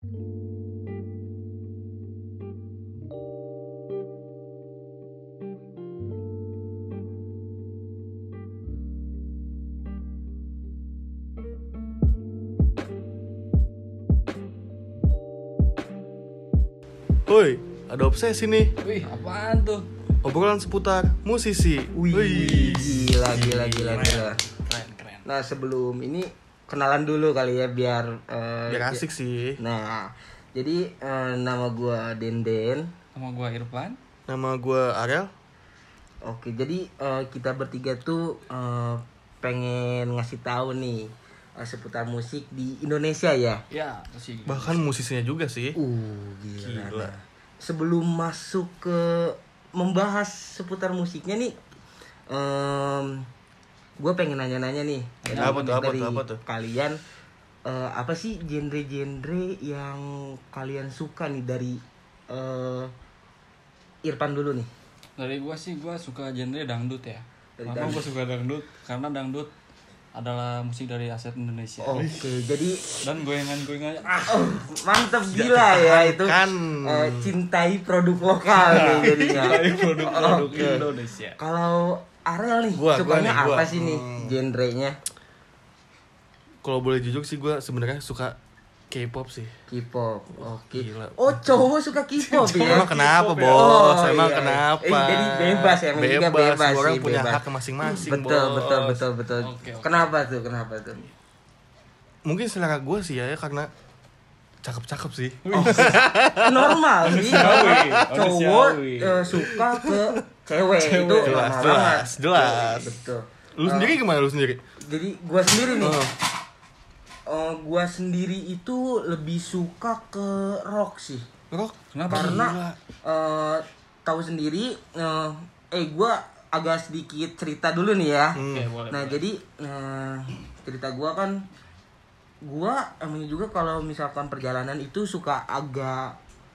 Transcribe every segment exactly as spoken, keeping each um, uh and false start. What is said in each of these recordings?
Woi, ada obsesi nih. Wih, apaan tuh? Obrolan seputar musisi. Wih, gila gila gila gila. Keren, keren. Nah, sebelum ini kenalan dulu kali ya biar uh, Biar asik sih. Nah, jadi uh, nama gua Denden. Sama gua Irfan. Nama gua Ariel. Oke, jadi uh, kita bertiga tuh uh, pengen ngasih tahu nih uh, seputar musik di Indonesia ya. Ya, sih. Bahkan musisinya juga sih. Uh, gila. Gila. Nah, sebelum masuk ke membahas seputar musiknya nih, um, gue pengen nanya-nanya nih dari, Apa tuh, apa dari tuh, apa tuh? kalian uh, apa sih genre-genre yang kalian suka nih dari uh, Irfan dulu nih? Dari gua sih gua suka genre dangdut ya. Dari Kenapa dangdut. gua suka dangdut? Karena dangdut adalah musik dari aset Indonesia. Oke, jadi Dan goyangan-goyangan ah, oh, mantep gila ya itu Kan. uh, cintai produk lokal nih jadinya. dari produk-produk Oke. Indonesia. Kalau Ariel nih Gua- gua sukanya nih, gua. apa sih nih Hmm. genrenya? Kalau boleh jujur sih gua sebenarnya suka K-pop sih. K-pop. Oke. Gila. Oh, cowok suka K-pop ya? Emang kenapa, K-pop ya? Bos? Oh, Emang iya. kenapa? Eh, jadi bebas ya, emang juga bebas Orang sih, punya bebas. hak masing-masing, Betul, Bos. betul, betul, betul. Oke, oke. Kenapa tuh? Kenapa tuh? Mungkin selera gue sih ya, ya karena cakep-cakep sih. Normal sih. Manusiawi, Cowok manusiawi. eh, suka ke cewek, Cewek. itu Jelas, normal jelas, banget. jelas. Betul. Lu sendiri gimana lu sendiri? Jadi gua sendiri nih. Oh. eh, gua sendiri itu lebih suka ke rock sih. Rock? Kenapa? Karena Gila. eh, tahu sendiri eh, eh gua agak sedikit cerita dulu nih ya. Hmm. Oke, boleh. Nah, boleh. jadi eh, cerita gua kan gua emang juga kalau misalkan perjalanan itu suka agak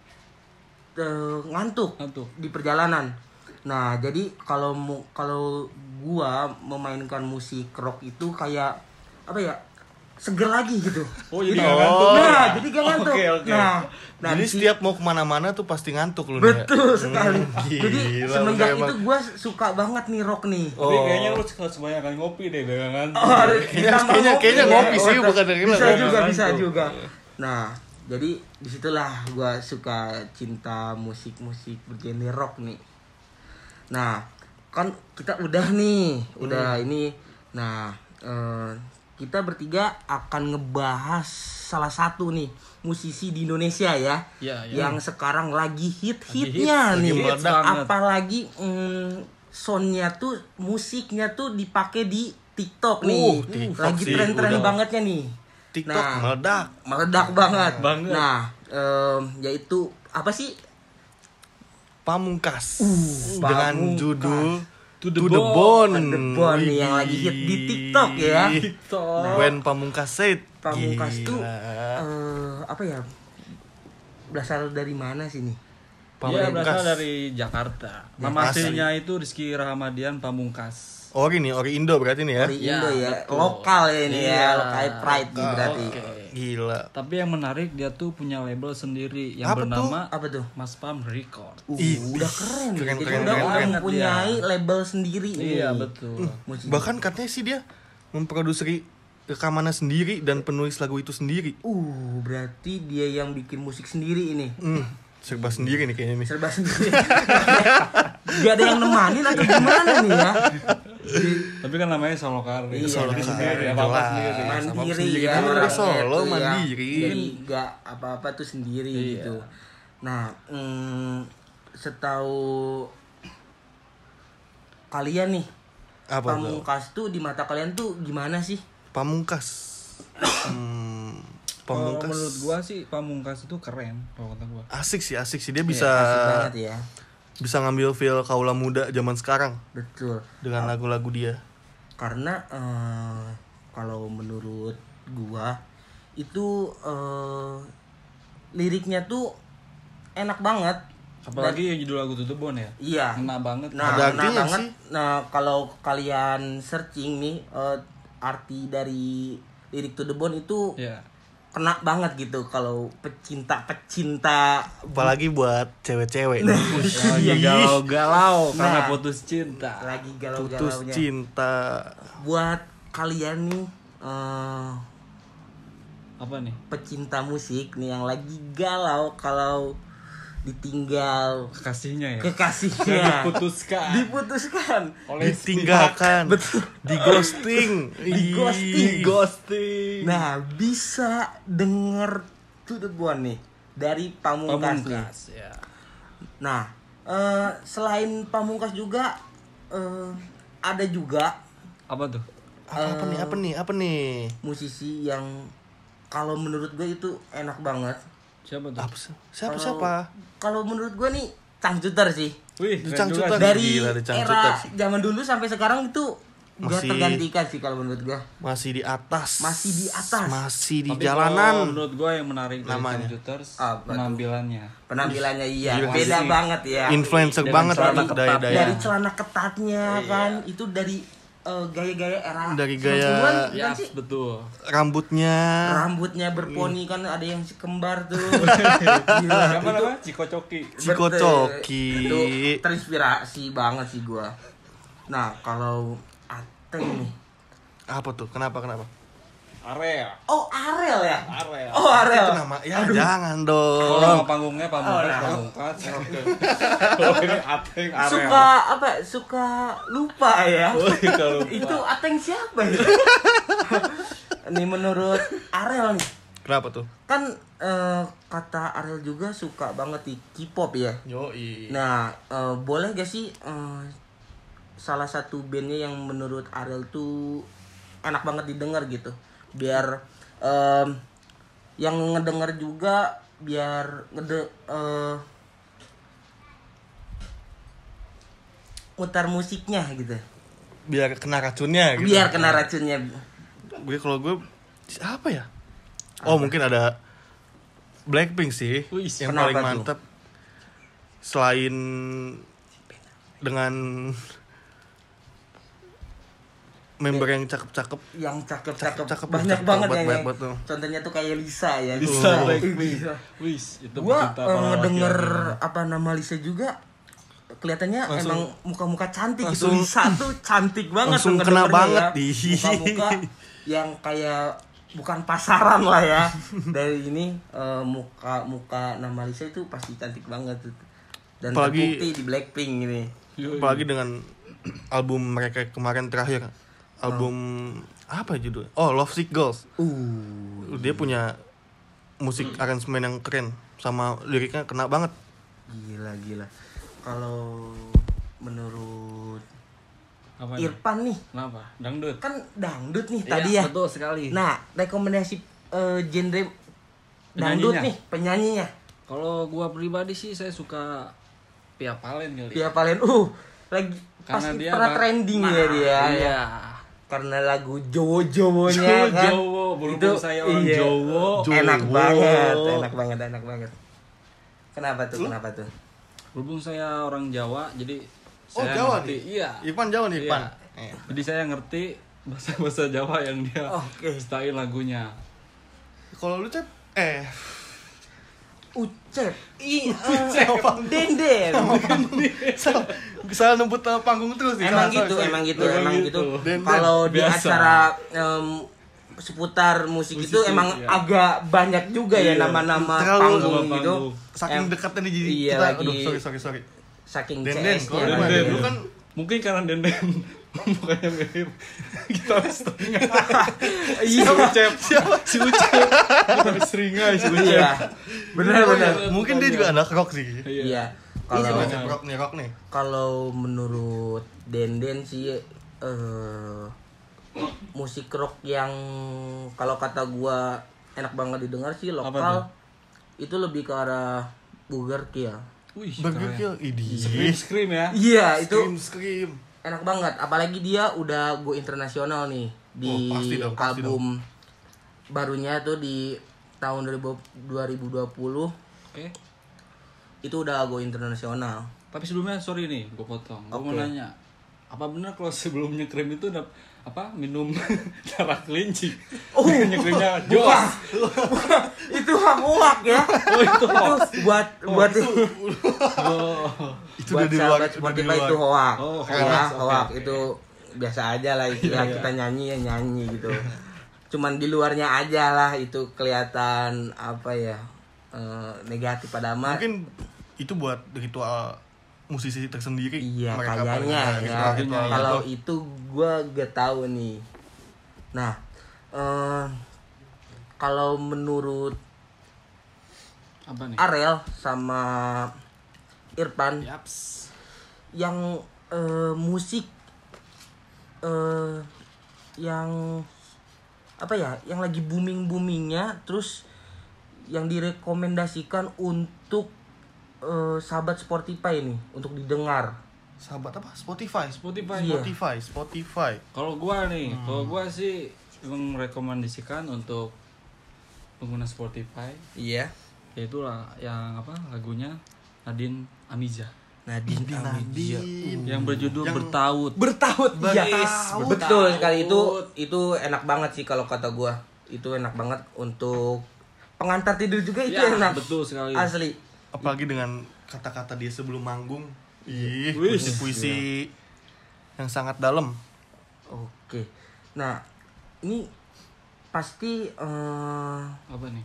eh, ngantuk Ngantuk. di perjalanan. Nah, jadi kalau mu- kalau gua memainkan musik rock itu kayak apa ya? Seger lagi gitu. Oh, jadi Jadi- nggak ngantuk. Nah, jadi gak ngantuk. Oke, oke. Nah, nah Jadi di si- setiap mau kemana-mana tuh pasti ngantuk lu nih. betul ya? sekali. Hmm, Jadi gila, semenjak udah itu emang. gua suka banget nih rock nih. Tapi Oh. kayaknya lu sebanyakan ngopi deh, dengan ngantuk. Oh, Kayaknya- ditambah kayaknya- ngopi kayaknya ya. ngopi sih, Oh, bukan dari bisa lu. juga, Ngantuk. bisa juga. Nah, jadi disitulah gua suka cinta musik-musik bergenre rock nih. Nah, kan kita udah nih, udah Hmm. ini. Nah, eh, kita bertiga akan ngebahas salah satu nih musisi di Indonesia ya, Iya, iya. yang sekarang lagi hit-hitnya Lagi nih. hits, lagi hits banget. Apalagi mm, soundnya tuh, musiknya tuh dipakai di TikTok nih. Uh, TikTok lagi sih, tren-tren udah. bangetnya nih. TikTok Nah, meledak. meledak banget. Banget. Nah, em, yaitu apa sih? Pamungkas. Uh, Dengan Pamungkas. judul To the To the Bone. To the Bone nih, yang lagi hit di TikTok ya. TikTok. When Pamungkas said. Pamungkas tuh Gila. eh, apa ya? Berasal dari mana sih nih? Dia Pamungkas. berasal dari Jakarta. Nama Asli. aslinya itu Rizky Rahmadian Pamungkas. Ori nih, Ori Indo berarti nih ya. Dari Iya, Indo ya, betul. lokal ya ini Iya, ya, lokal pride nih lokal. berarti. Oke. Gila. Tapi yang menarik dia tuh punya label sendiri yang Apa tuh? bernama Apa tuh? Mas Pam Record. Uh, Ih, udah keren, keren, Jadi keren, udah, keren, udah keren. mempunyai label sendiri nih. Iya betul. Musik. Bahkan katanya sih dia memproduksi rekamannya sendiri dan penulis lagu itu sendiri. Uh, berarti dia yang bikin musik sendiri ini. Hmm, serba sendiri nih kayaknya nih. Serba sendiri. Gak ada yang nemanin atau gimana nih ya? Tapi kan namanya solo karir. Iya, Solo namanya sendiri, karir, apa-apa jelas. sendiri. Sama Mandiri sendiri. ya, Kan dari orangnya Solo, tuh ya. mandiri. Jadi gak apa-apa tuh sendiri Iya. gitu. Nah, mm, setahu kalian nih, Apa tuh? Pamungkas tuh di mata kalian tuh gimana sih? Pamungkas. Hmm, Kalau Pamungkas. menurut gua sih Pamungkas itu keren kalau kata gua. Asik sih, asik sih dia bisa Asik banget ya. bisa ngambil feel kaula muda zaman sekarang Betul. dengan lagu-lagu dia. Karena eh, kalau menurut gua itu eh, liriknya tuh enak banget. Apalagi yang judul lagu To The Bone ya. Iya. Kena banget. Nah, Ada nah artinya banget. sih. Nah, kalau kalian searching nih eh, arti dari lirik To The Bone itu Ya. kena banget gitu kalau pecinta-pecinta. Apalagi buat cewek-cewek. Lagi galau-galau karena Nah. putus cinta. Lagi Putus galau-galaunya. cinta. Buat kalian nih eh, Apa nih? pecinta musik nih yang lagi galau kalau ditinggal Kekasihnya ya. kekasihnya, Diputuskan. diputuskan, Oleh Ditinggalkan. betul, Di ghosting. Di ghosting. Ih. ghosting. Nah, bisa denger To The Bone nih dari Pamungkas, nih. Pamungkas ya. Nah, eh, selain Pamungkas juga eh, ada juga Apa tuh? Apa, apa nih? Apa nih? Apa nih? musisi yang kalau menurut gue itu enak banget. Siapa tuh? Apa sih? Siapa Kalau- siapa? Kalau menurut gue nih Cangcuter sih. Wih, Itu keren juga Cangcuter. sih. Dari Gila, di era Cangcuter. zaman dulu sampai sekarang itu nggak Masih- tergantikan sih kalau menurut gue. Masih di atas. Masih di atas. Masih di Tapi jalanan. kalau menurut gue yang menarik dari Namanya. Cangcuters Apa tuh? penampilannya. Penampilannya iya, Gila, beda masih banget ya. Influencer Dengan banget celana dari ketat. daya-daya. Dari celana ketatnya kan, itu dari eh, gaya-gaya era Dari sembilan gaya- puluhan, bukan Ya, sih? betul. Rambutnya. Rambutnya berponi kan, ada yang si kembar tuh. Gila, Siapa itu namanya? Ciko Coki. Ciko betul. Coki. Itu terinspirasi banget sih gua. Nah, kalau Ateng nih. Apa tuh? Kenapa? Kenapa? Area. Oh, Arel ya? Area. Oh, Arel. Itu nama. Ya jangan dong. Kalau nama panggungnya Pamungkas, Oh, nah. Pamungkas. Kalau ini Ateng Area. Suka apa? Suka lupa ya. Oh, kalau Itu Ateng siapa ya? Nih menurut Arel nih. Kenapa tuh? Kan eh, kata Arel juga suka banget di K-pop ya. Yoi. Nah, eh, boleh gak sih eh, salah satu bandnya yang menurut Ariel tuh enak banget didengar gitu, biar em, yang ngedenger juga biar ngede eh, mutar musiknya gitu, Biar kena racunnya gitu. biar kena racunnya. Gue kalau gue apa ya? Oh, mungkin ada Blackpink sih. Wih, yang kenapa paling tuh? mantap. Selain dengan member yang cakep-cakep. Yang cakep-cakep Cakep, banyak cakep banget banget, ya. banget yang- banget tuh. Contohnya tuh kayak Lisa ya. Lisa Tuh. Blackpink. Iya. Wis, itu Gua pecinta eh, para ngedenger laki-laki. apa nama Lisa juga kelihatannya Langsung- emang muka-muka cantik langsung- gitu. Lisa tuh cantik banget langsung tuh kena ngedengernya banget, ya. di. Muka-muka yang kayak bukan pasaran lah ya. Dari ini eh, muka-muka nama Lisa itu pasti cantik banget tuh. Dan Apalagi- terbukti di Blackpink ini. Yoi. Apalagi dengan album mereka kemarin terakhir. Album apa judulnya? Oh, Love Sick Girls. Uh, Dia punya musik aransemen yang keren sama liriknya kena banget. gila gila. Kalau menurut Apa nih? Irfan nih, Kenapa? Dangdut. kan dangdut nih Iya, tadi ya. Betul sekali. Nah, rekomendasi eh, genre dangdut Penyanyinya? nih, penyanyinya. Kalau gua pribadi sih saya suka Pia Palen kali. Dia paling uh lagi Karena pasti dia pernah bang- trending Nah, ya dia. Iya. Karena lagu Jowo-jowonya kan. Jowo, berhubung saya orang iya, Jowo. Enak Jowo. banget, enak banget, enak banget. Kenapa tuh? Kenapa tuh? Berhubung saya orang Jawa, jadi Oh, saya Jawa ngerti. nih? Iya. Irfan Jawa nih, Irfan. Iya. Eh. Jadi saya ngerti bahasa-bahasa Jawa yang dia Oke. style lagunya. Kalau lu cep eh Ucep. Ih, eh, Denden. salah, salah nembut nama panggung terus nih. Emang Salah, gitu, sorry, emang sorry. gitu, Emang emang gitu. gitu. Den- Kalau di biasa. acara em, seputar musik, Musisi, itu emang iya. agak banyak juga ya Iya. nama-nama Terlalu panggung nama gitu. panggung. Saking Em, dekatnya nih jadi iya, kita lagi aduh sorry sorry sorry. saking Denden, C S-nya. kalau lah. Denden. lu kan Mungkin karena Denden mukanya mirip gitaris tengah. Iya. Si Ucep. Si Ucep. Gitaris seringai si Ucep. Iya. Benar benar. mungkin dia juga anak rock sih. Iya. Kalau Kalau Cep rock nih rock nih. kalau menurut Denden sih eh musik rock yang kalau kata gua enak banget didengar sih Apa lokal tuh? itu lebih ke arah Burger Kill. Wih, Burger keren. Kill idih. Scream Scream ya. Iya, itu Scream scream. enak banget, apalagi dia udah go internasional nih di Oh, pasti dong, pasti album barunya tuh di tahun dua ribu dua puluh Oke. itu udah go internasional. Tapi sebelumnya sorry nih, gue potong. Gue mau Oke. nanya, apa benar kalau sebelumnya Cream itu udah apa minum darah kelinci. Oh, nyekrinya jos. bukan. Bukan. Itu hoak ya. Oh itu hoax. Itu buat buat Oh. Itu buat udah di luar, sahabat udah di Spotify luar. itu hoak. Oh, ya, hoax, hoak oke, oke. itu biasa aja lah istilah Iya, iya. kita nyanyi ya nyanyi gitu. Cuman di luarnya aja lah itu kelihatan apa ya eh, negatif pada amat. Mungkin itu buat ritual musisi tersendiri. Iya Mereka kayaknya paling- ya. ritual-ritual Kalau gitu. itu gue gak tahu nih. Nah, eh, kalau menurut Apa nih? Arel sama Irfan Yaps. yang eh, musik eh, yang apa ya, yang lagi booming boomingnya, terus yang direkomendasikan untuk eh, sahabat Spotify nih untuk didengar. Sahabat apa? Spotify. Spotify. Iya. Spotify, Spotify. Kalau gua nih, kalau gua sih memang merekomendasikan untuk pengguna Spotify, Iya. yaitu lah yang apa lagunya Nadine Amiza Nadine Amiza. yang berjudul Yang- Bertaut. Bertaut. Iya. Bertaut. Betul sekali itu itu enak banget sih kalau kata gua. Itu enak banget untuk pengantar tidur juga itu Ya, enak. betul sekali. Asli. Apalagi dengan kata-kata dia sebelum manggung. Ih, Wih, puisi-puisi yang sangat dalam. Oke. Nah, ini pasti eh, Apa nih?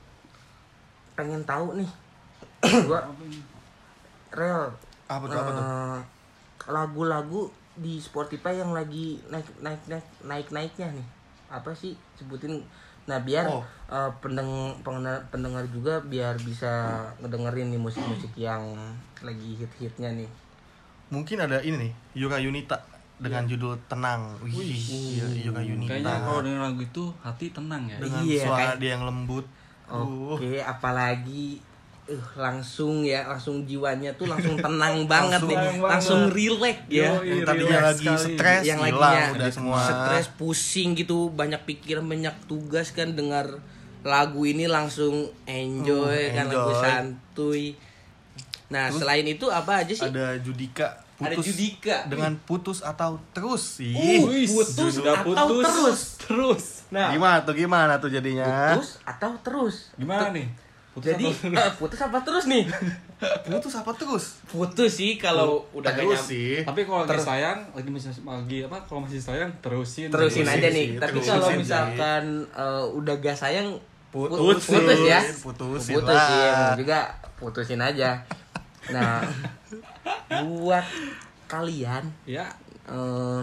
pengen tahu nih. Gua Apa ini? real Apa tuh, apa tuh? eh, lagu-lagu di Spotify yang lagi naik naik naik naik naiknya nih. Apa sih sebutin? Nah, biar Oh. eh, pendeng pendengar, pendengar juga biar bisa ngedengerin nih musik-musik yang lagi hit-hitnya nih. Mungkin ada ini nih, Yura Yunita dengan Iya. judul Tenang. Wih, iya, Yura Yunita. Kayaknya kalau denger lagu itu hati tenang ya. dengan Iya, suara kayak- dia yang lembut. Uh, Oke, apalagi uh, langsung ya, langsung jiwanya tuh langsung tenang banget nih, Tenang banget. langsung relax ya. Yoi. yang tadinya relax lagi sekali. stres Yang hilang laginya udah semua. stres, pusing gitu, banyak pikiran, banyak tugas kan, dengar lagu ini langsung enjoy Hmm, kan, lagu enjoy. santuy. Nah, selain itu apa aja sih? Ada Judika Ada putus Judika. dengan putus atau terus sih. Uh, Wih, putus sudah atau putus. terus? Terus. Nah, Gimana tuh gimana tuh jadinya? putus atau terus? Gimana nih? Putus Jadi apa terus? eh, putus apa terus nih? Putus apa terus? Putus sih kalau udah gak terus nyam- sih. Tapi kalau lagi Ter- sayang, lagi masih lagi apa? Kalau masih sayang terusin. terusin Terusin aja sih, nih. Tapi terusin kalau sih. misalkan eh, udah gak sayang, pu- Putus. putus ya. Putusin Putus lah. sih, emang juga putusin aja. Nah, buat kalian Ya, eh,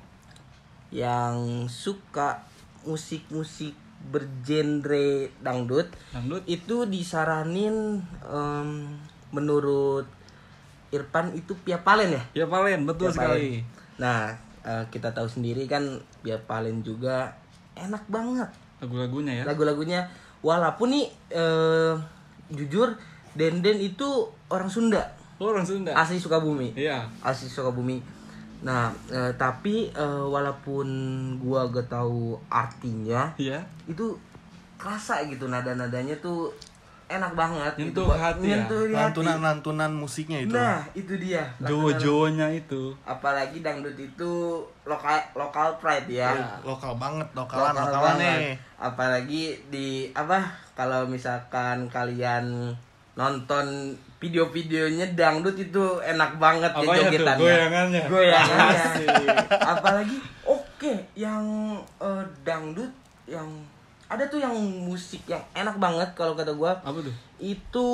yang suka musik-musik bergenre dangdut, dangdut. itu disaranin em, menurut Irfan itu Via Valen ya? Ya Valen, betul Via sekali. Valen. Nah, eh, kita tahu sendiri kan Via Valen juga enak banget Lagu-lagunya ya. lagu-lagunya. Walaupun nih eh, jujur Denden itu orang Sunda, Oh, orang Sunda. asli Sukabumi. Iya. Asli Sukabumi. Nah, eh, tapi eh, walaupun gua gak tahu artinya, Iya. itu kerasa gitu nada-nadanya tuh enak banget gitu, Nyentuh buat- hati ya? nyentuh di hati. Lantunan-lantunan musiknya itu. Nah, itu dia. Jawa-jawanya itu. Apalagi dangdut itu lokal lokal pride ya. Lokal banget, lokalan, Lokal lokalan banget. nih. Apalagi di apa? Kalau misalkan kalian nonton video-videonya dangdut itu enak banget ya Apa ya tuh? jogetannya. Goyangannya. Goyangannya. Asik. Apalagi oke yang eh, dangdut yang ada tuh yang musik yang enak banget kalau kata gua Apa tuh? itu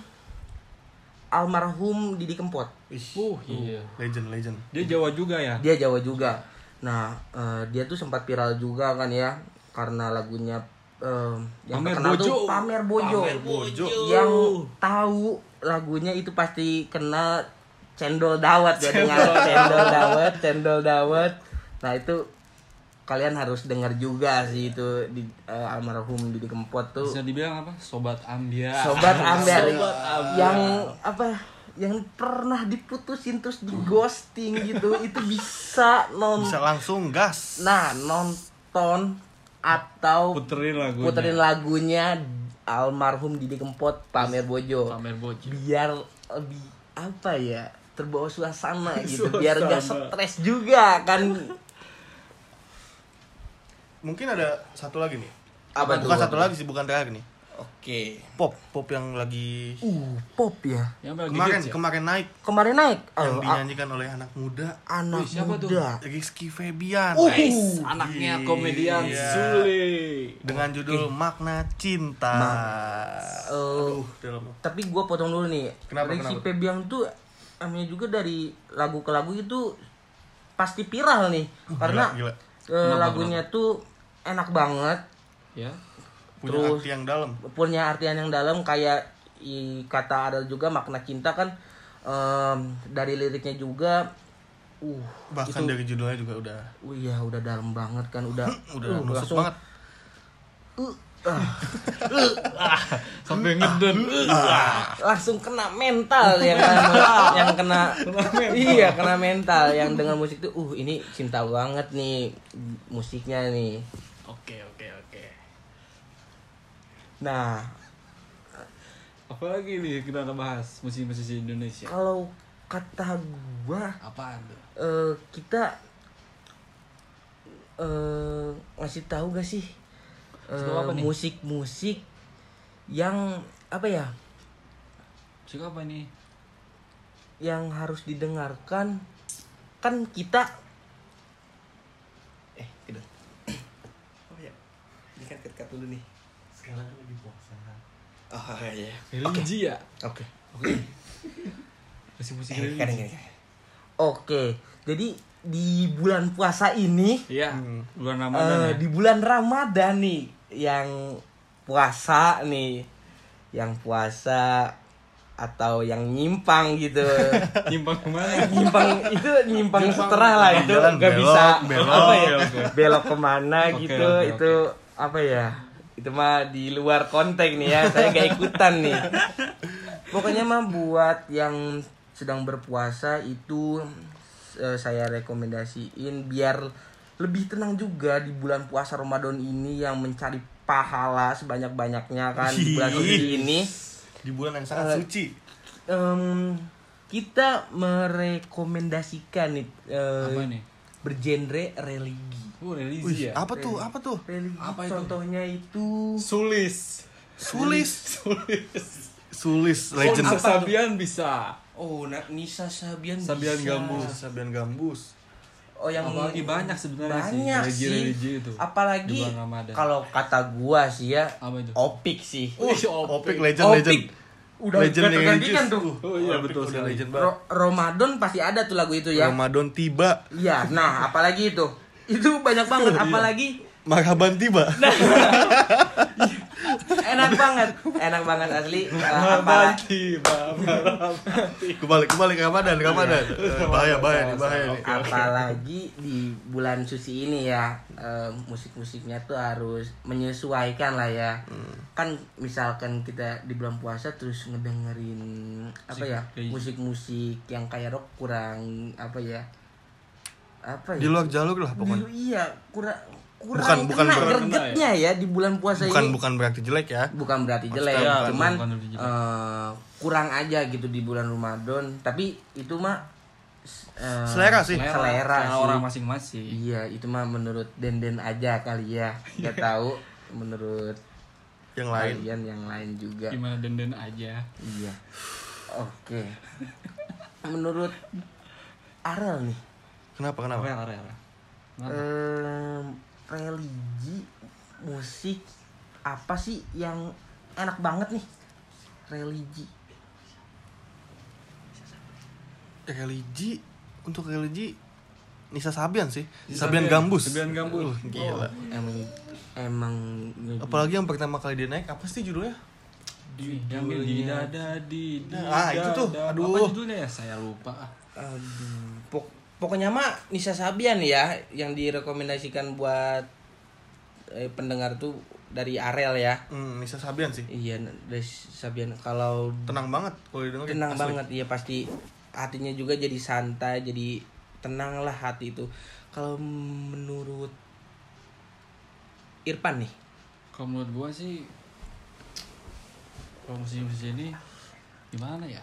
almarhum Didi Kempot. Uh, iya. Legend, legend. Dia Jawa juga ya? Dia Jawa juga. Nah, eh, dia tuh sempat viral juga kan ya karena lagunya eh, yang Pamer terkenal Bojo. tuh Pamer Bojo. Pamer Bojo. Yang tahu lagunya itu pasti kena cendol dawet ya, dengar cendol dawet, cendol dawet. Nah, itu kalian harus dengar juga sih itu di eh, almarhum Didi Kempot tuh. Bisa dibilang apa? Sobat Ambiar. Sobat Ambiar Sobat Ambiar. yang apa yang pernah diputusin terus di ghosting gitu itu bisa non Bisa langsung gas. nah nonton atau Puterin lagunya. puterin lagunya almarhum Didi Kempot Pamer Bojo Pamer Bojo. biar lebih apa ya terbawa suasana gitu Suasana. biar gak stres juga kan. mungkin ada satu lagi nih. Apa bukan tuh? satu lagi sih, bukan terakhir nih. Oke. Pop, pop yang lagi Uh, pop ya. Yang lagi kemarin hits ya? kemarin naik Kemarin naik. yang Oh, dinyanyikan oleh anak muda anak Wih, siapa tuh? muda. Rizky Febian. Uh, Guys, anaknya komedian Iya. Sule. Dengan judul Makna Cinta. Eh, Aduh, dalam. tapi gue potong dulu nih. Kenapa, Rizky kenapa? Febian tuh emangnya juga dari lagu ke lagu itu pasti viral nih. Karena gila. eh, Kenapa, lagunya tuh enak banget. Ya. Punya Terus- arti yang dalam. Punya artian yang dalam kayak i, kata ada juga makna cinta kan em, dari liriknya juga uh Bahkan itu, dari judulnya juga udah uh, iya udah dalam banget kan udah udah uh, nusuk langsung, banget. uh, ah, Sampai ngeden. langsung kena mental yang kena, yang kena iya kena mental yang dengan musik tuh uh ini cinta banget nih musiknya nih. Oke, oke, oke. Nah Apalagi nih kita bahas musisi-musisi Indonesia. kalau kata gua Apaan tuh? eh, kita eh ngasih tahu gak sih eh, Suka apa nih? musik-musik yang apa ya Musik apa nih? yang harus didengarkan kan kita eh tidak oh ya ini kan cut dulu nih Sekarang lagi puasa. oh iya Religi ya? oke Oke. Musik-musik Eh, kan, religi. kan, kan. Oke, jadi di bulan puasa ini, Iya, Hmm. bulan eh, Ramadan ya. di bulan Ramadan nih, yang puasa nih, yang puasa atau yang nyimpang gitu, Nyimpang kemana? nyimpang itu nyimpang seterah lah itu Jalan nggak belok, bisa belok. apa ya, Oke, oke. belok kemana Oke, gitu, oke, itu apa ya, itu mah di luar konteks nih ya, saya gak ikutan nih. Pokoknya mah buat yang sedang berpuasa itu eh, saya rekomendasiin biar lebih tenang juga di bulan puasa Ramadan ini yang mencari pahala sebanyak-banyaknya kan di bulan suci ini. Di bulan yang sangat Eh, suci. Em, kita merekomendasikan nih eh, Apa nih? bergenre religi. Oh, religi Wih, ya. apa tuh? Apa tuh? Religi Apa itu? contohnya itu Sulis. Sulis. Sulis. Sulis Legend. legend. Apa tuh? Sabian bisa. oh na- Nisa Sabian Sabian bisa. Gambus. Sabian Gambus. Oh yang Apalagi banyak sebenarnya sih banyak sih. religi-religi itu. Apalagi di bulan Ramadan. kalau kata gua sih ya Apa itu? Opik sih. Wih, Opik Opik. legend legend. Opik. Udah legend gak tergantikan tuh. Oh iya, Opik betul udah sekali. legend banget. Ro- Ramadan pasti ada tuh lagu itu ya. Ramadan tiba, Iya, nah apalagi itu. Itu banyak banget apalagi marhaban tiba. enak banget. Enak banget asli. Eh, apalagi Banti, Banti. Kembali kembali ke Ramadan, Ramadan. Eh, bahaya bahaya nih, bahaya nih. apalagi di bulan suci ini ya eh, musik-musiknya tuh harus menyesuaikan lah ya. Kan misalkan kita di bulan puasa terus ngedengerin apa ya religi. musik-musik yang kayak rock kurang apa ya apa Di ya luar jalur lah pokoknya. Di- iya kurang kurang Bukan- bukan kena berarti- gregetnya ya di bulan puasa Bukan ini bukan berarti jelek ya. bukan berarti jelek Maksudnya bukan- cuman bukan berarti jelek. eh, kurang aja gitu di bulan Ramadan tapi itu mah eh, Selera sih. selera, sih orang masing-masing. iya itu mah menurut den-den aja kali ya nggak tahu menurut Yang lain. kalian yang lain juga Gimana den-den aja. iya oke menurut Arel nih Kenapa kenapa? Rel, rel. Kenapa? em, religi musik apa sih yang enak banget nih religi Religi untuk religi Nisa Sabian sih. Nisa Sabian Sabian. Gambus. Sabian Gambus. Uh, gila. emang emang Apalagi yang pertama kali dia naik apa sih judulnya? Di, yang di dada di di Ah, itu tuh. dada. Aduh. Apa judulnya ya? Saya lupa. aduh pok- pokoknya mah Nisa Sabian ya yang direkomendasikan buat eh, pendengar tuh dari Arel ya Hmm, Nisa Sabian sih. iya dari Sabian kalau Tenang banget kalau didengerin. tenang asli. banget iya pasti hatinya juga jadi santai jadi tenang lah hati itu kalau menurut Irfan nih Kalau menurut gua sih kalau musisi-musisi ini gimana ya?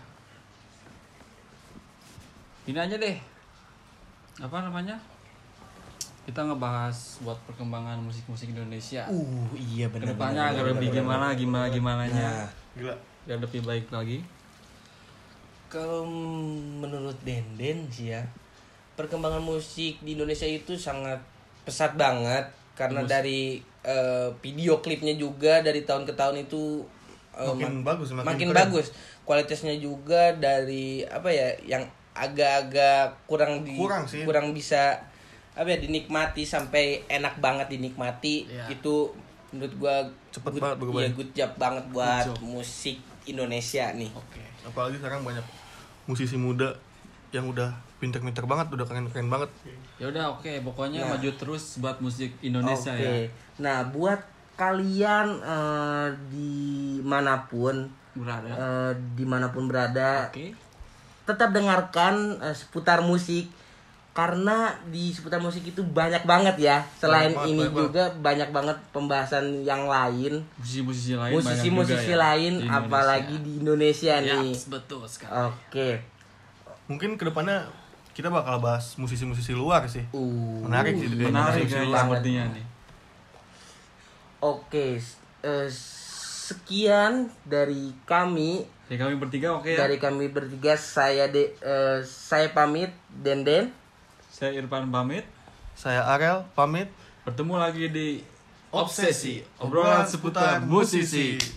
Ini aja deh. Apa namanya? kita ngebahas buat perkembangan musik-musik Indonesia. Uh, iya benar. Kedepannya agar lebih gimana gimana gimananya. Nah, Gila. Biar lebih baik lagi. kalau menurut Denden sih ya, perkembangan musik di Indonesia itu sangat pesat banget karena Bagus. dari eh, video klipnya juga dari tahun ke tahun itu eh, Makin mak- bagus, makin makin keren. bagus. Kualitasnya juga dari apa ya yang agak-agak kurang di Kurang sih. kurang bisa apa ya dinikmati sampai enak banget dinikmati. Iya. Itu menurut gua Cepet good, banget berubah. iya, good job banget buat job. musik Indonesia nih. Oke. Apalagi sekarang banyak musisi muda yang udah pinter-pinter banget, udah keren-keren banget. Ya udah oke, pokoknya Nah. maju terus buat musik Indonesia Oke. ya. Nah, buat kalian eh, dimanapun Berada. eh, dimanapun berada, Oke. tetap dengarkan eh, seputar musik karena di seputar musik itu banyak banget ya. Selain Banyak banget, ini banyak juga banyak banget pembahasan yang lain, Musisi-musisi lain banyak musisi-musisi juga ya lain, di Indonesia. apalagi di Indonesia nih. Yaps, betul sekali. Oke. Mungkin kedepannya kita bakal bahas musisi-musisi luar sih. Uh, Menarik sih itu kayaknya. Menarik Musisi kayaknya luar. sepertinya nih. Oke, s- eh, sekian dari kami. Ya kami bertiga oke ya. Dari kami bertiga, saya de, eh, saya pamit, Denden. Saya Irfan pamit. Saya Arel pamit. Bertemu lagi di Obsesi, Obsesi, obrolan seputar musisi.